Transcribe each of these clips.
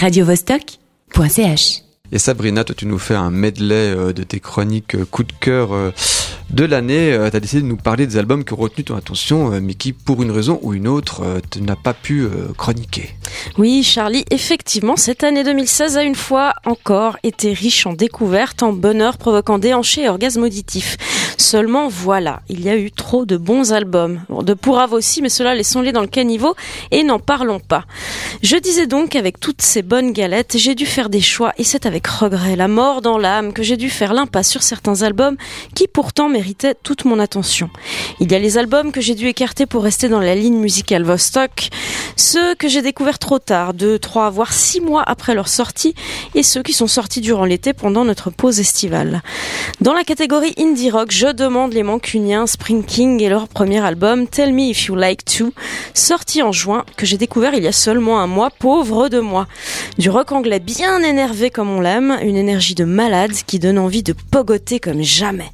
radiovostok.ch. Et Sabrina, toi tu nous fais un medley de tes chroniques coup de cœur de l'année. Tu as décidé de nous parler des albums qui ont retenu ton attention, mais qui, pour une raison ou une autre, tu n'as pas pu chroniquer. Oui, Charlie, effectivement, cette année 2016 a une fois encore été riche en découvertes, en bonheur provoquant déhanchés et orgasmes auditifs. Seulement, voilà, il y a eu trop de bons albums. Bon, de pourraves aussi, mais cela, laissons-les dans le caniveau et n'en parlons pas. Je disais donc qu'avec toutes ces bonnes galettes, j'ai dû faire des choix, et c'est avec regret, la mort dans l'âme, que j'ai dû faire l'impasse sur certains albums qui pourtant méritaient toute mon attention. Il y a les albums que j'ai dû écarter pour rester dans la ligne musicale Vostok, ceux que j'ai découverts trop tard, 2, 3, voire 6 mois après leur sortie, et ceux qui sont sortis durant l'été pendant notre pause estivale. Dans la catégorie indie rock, je demande les Mancuniens Spring King et leur premier album Tell Me If You Like To, sorti en juin, que j'ai découvert il y a seulement un mois, pauvre de moi. Du rock anglais bien énervé comme on l'aime, une énergie de malade qui donne envie de pogoter comme jamais.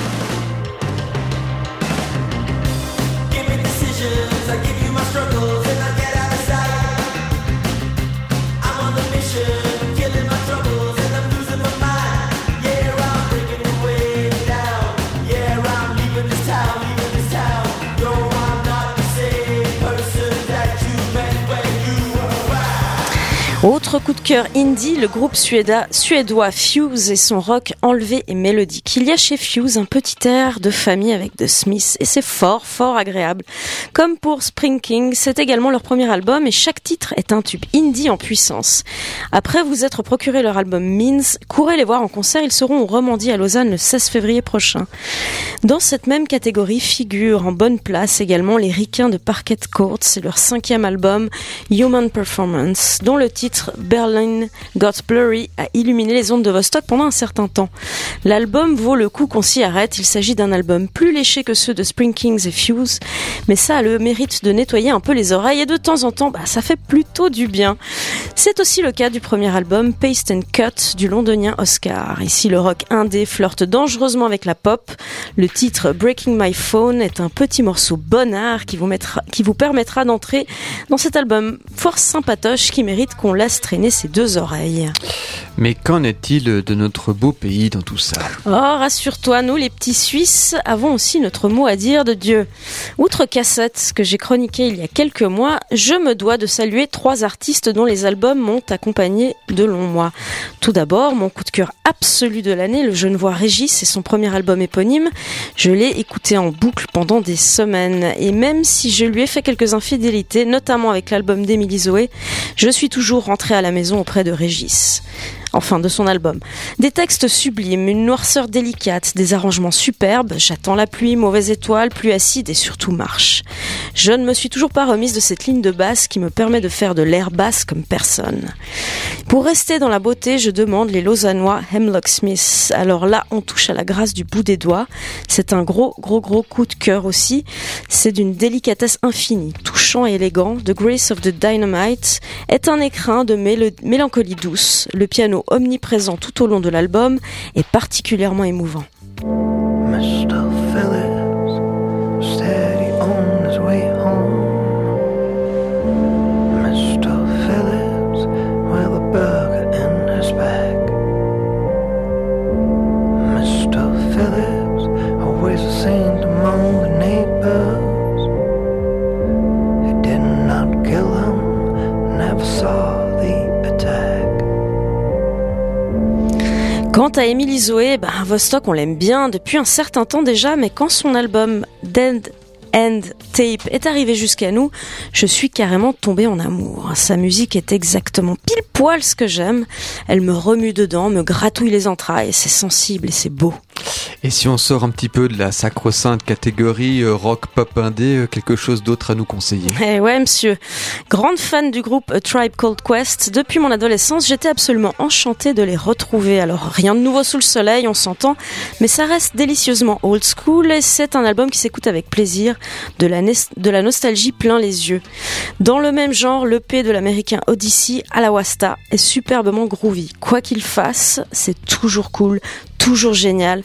Autre coup de cœur indie, le groupe suédois Fuse et son rock enlevé et mélodique. Il y a chez Fuse un petit air de famille avec The Smiths et c'est fort agréable. Comme pour Spring King, c'est également leur premier album et chaque titre est un tube indie en puissance. Après vous être procuré leur album Means, courez les voir en concert, ils seront au Romandie à Lausanne le 16 février prochain. Dans cette même catégorie figurent en bonne place également les Ricains de Parquet Court, c'est leur 5e album Human Performance, dont le titre Berlin Got Blurry a illuminé les ondes de Vostok pendant un certain temps. L'album vaut le coup qu'on s'y arrête, il s'agit d'un album plus léché que ceux de Spring Kings et Fuse, mais ça a le mérite de nettoyer un peu les oreilles et de temps en temps, ça fait plutôt du bien. C'est aussi le cas du premier album Paste and Cut du londonien Oscar. Ici le rock indé flirte dangereusement avec la pop. Le titre Breaking My Phone est un petit morceau bonnard qui vous permettra d'entrer dans cet album fort sympatoche qui mérite qu'on laisse traîner ses deux oreilles. Mais qu'en est-il de notre beau pays dans tout ça ? Oh, rassure-toi, nous les petits Suisses avons aussi notre mot à dire de Dieu. Outre Cassette, que j'ai chroniqué il y a quelques mois, je me dois de saluer 3 artistes dont les albums m'ont accompagné de longs mois. Tout d'abord, mon coup de cœur absolu de l'année, le Genevois Régis et son premier album éponyme. Je l'ai écouté en boucle pendant des semaines et même si je lui ai fait quelques infidélités, notamment avec l'album d'Émilie Zoé, je suis toujours rentrée à la maison auprès de Régis. Enfin, de son album. Des textes sublimes, une noirceur délicate, des arrangements superbes, j'attends la pluie, mauvaise étoile, pluie acide et surtout marche. Je ne me suis toujours pas remise de cette ligne de basse qui me permet de faire de l'air basse comme personne. Pour rester dans la beauté, je demande les Lausannois Hemlock Smith. Alors là, on touche à la grâce du bout des doigts. C'est un gros coup de cœur aussi. C'est d'une délicatesse infinie, touchant et élégant. The Grace of the Dynamite est un écrin de mélancolie douce. Le piano omniprésent tout au long de l'album est particulièrement émouvant. Mr. Phillips, steady on his way home. Mr. Phillips, with a burger in his bag. Mr. Phillips, always a saint among the neighbors. He did not kill him, never saw the attack. Quant à Émilie Zoé, Vostok on l'aime bien depuis un certain temps déjà, mais quand son album Dead End Tape est arrivé jusqu'à nous, je suis carrément tombée en amour. Sa musique est exactement pile poil ce que j'aime. Elle me remue dedans, me gratouille les entrailles, c'est sensible et c'est beau. Et si on sort un petit peu de la sacro-sainte catégorie rock pop indé, quelque chose d'autre à nous conseiller ? Eh ouais, monsieur. Grande fan du groupe A Tribe Called Quest, depuis mon adolescence, j'étais absolument enchantée de les retrouver. Alors, rien de nouveau sous le soleil, on s'entend, mais ça reste délicieusement old school et c'est un album qui s'écoute avec plaisir, de la nostalgie plein les yeux. Dans le même genre, l'EP de l'américain Odyssey, Alawasta, est superbement groovy. Quoi qu'il fasse, c'est toujours cool, toujours génial. Big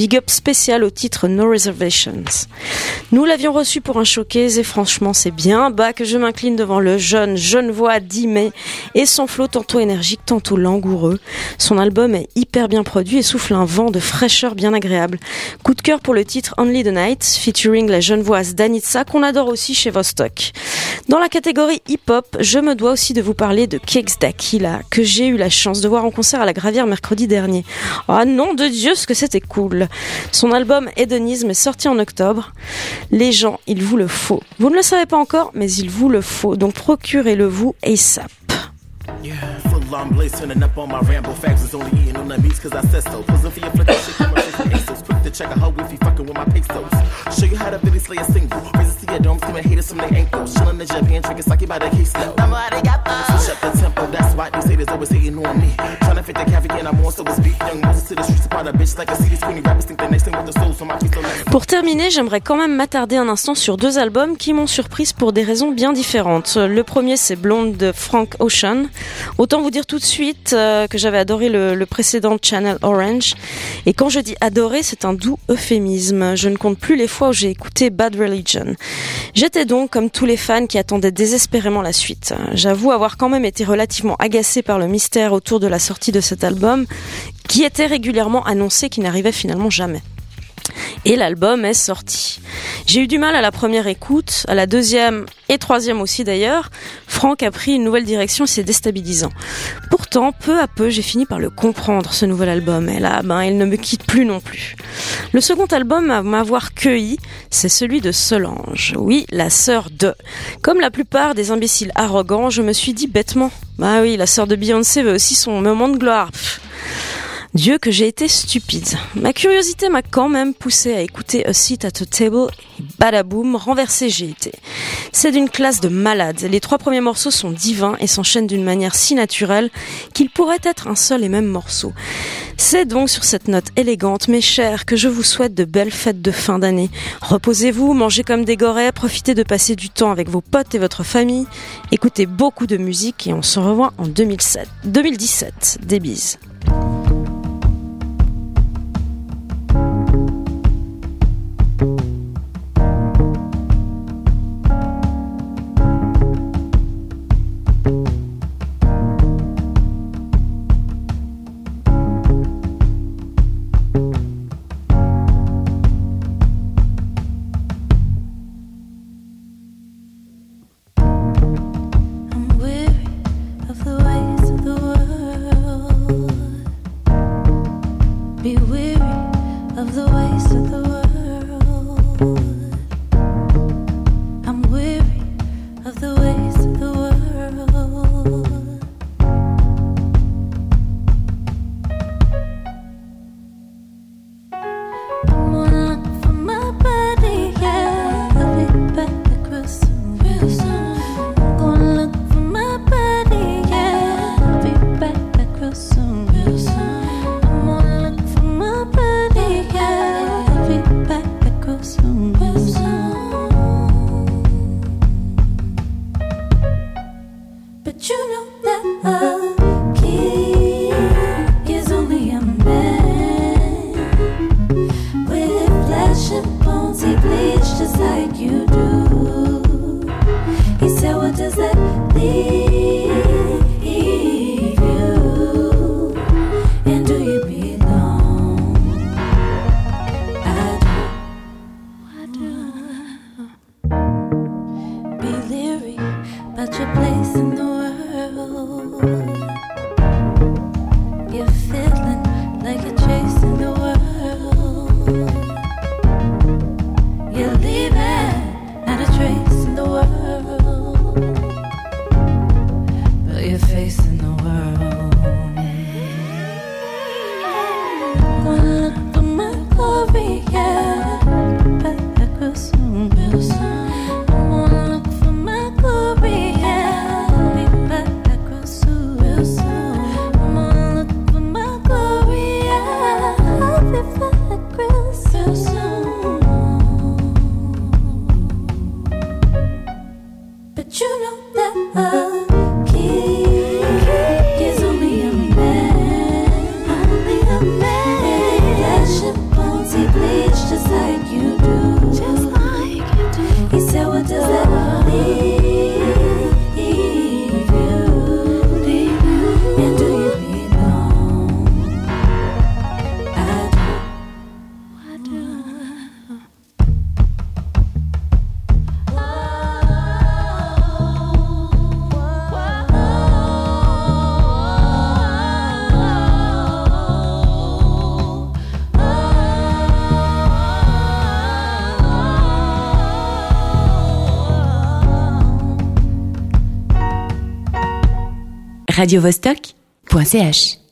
Big up spécial au titre No Reservations. Nous l'avions reçu pour un showcase et franchement c'est bien bas que je m'incline devant le jeune Genevois d'Imay et son flow tantôt énergique, tantôt langoureux. Son album est hyper bien produit et souffle un vent de fraîcheur bien agréable. Coup de cœur pour le titre Only the Night, featuring la Genevoise Danitza qu'on adore aussi chez Vostok. Dans la catégorie hip-hop, je me dois aussi de vous parler de Cakes d'Aquila, que j'ai eu la chance de voir en concert à la Gravière mercredi dernier. Ah nom de Dieu, ce que c'était cool! Son album Hédonisme est sorti en octobre. Les gens, il vous le faut. Vous ne le savez pas encore, mais il vous le faut. Donc procurez-le vous ASAP. Yeah, full on blaze, turning up on my Rambo facts. Is only eating on the beats cause I said so. Posing for your flick, shit, come on, ASOS. Quick to check a hoe if you fucking with my pesos. Show you how to really slay a single. Raises to your domes, come and haters from their ankles. Chillin' the Japan, drinking sake by the case though. I'm already got that. Switch up the tempo, that's why these haters always hating on me. Tryna fit the caviar, I'm on, so it's beef. Young Moses to the streets, about a bitch like a CD. Squinty rappers think the next thing with the souls on my feet. Pour terminer, j'aimerais quand même m'attarder un instant sur deux albums qui m'ont surprise pour des raisons bien différentes. Le premier, c'est Blonde de Frank Ocean. Autant vous dire tout de suite que j'avais adoré le précédent Channel Orange. Et quand je dis adoré, c'est un doux euphémisme. Je ne compte plus les fois où j'ai écouté Bad Religion. J'étais donc comme tous les fans qui attendaient désespérément la suite. J'avoue avoir quand même été relativement agacée par le mystère autour de la sortie de cet album, qui était régulièrement annoncé qui n'arrivait finalement jamais. Et l'album est sorti. J'ai eu du mal à la première écoute, à la deuxième et troisième aussi d'ailleurs. Frank a pris une nouvelle direction et c'est déstabilisant. Pourtant, peu à peu, j'ai fini par le comprendre, ce nouvel album. Et là, il ne me quitte plus non plus. Le second album à m'avoir cueilli, c'est celui de Solange. Oui, la sœur de. Comme la plupart des imbéciles arrogants, je me suis dit bêtement. Bah oui, la sœur de Beyoncé veut aussi son moment de gloire. Dieu que j'ai été stupide. Ma curiosité m'a quand même poussé à écouter A Seat at a Table et badaboum, renversé j'ai été. C'est d'une classe de malade. Les 3 premiers morceaux sont divins et s'enchaînent d'une manière si naturelle qu'ils pourraient être un seul et même morceau. C'est donc sur cette note élégante, mes chers, que je vous souhaite de belles fêtes de fin d'année. Reposez-vous, mangez comme des gorées, profitez de passer du temps avec vos potes et votre famille. Écoutez beaucoup de musique et on se revoit en 2017. Des bises. I'm weary of the ways of the world. radiovostok.ch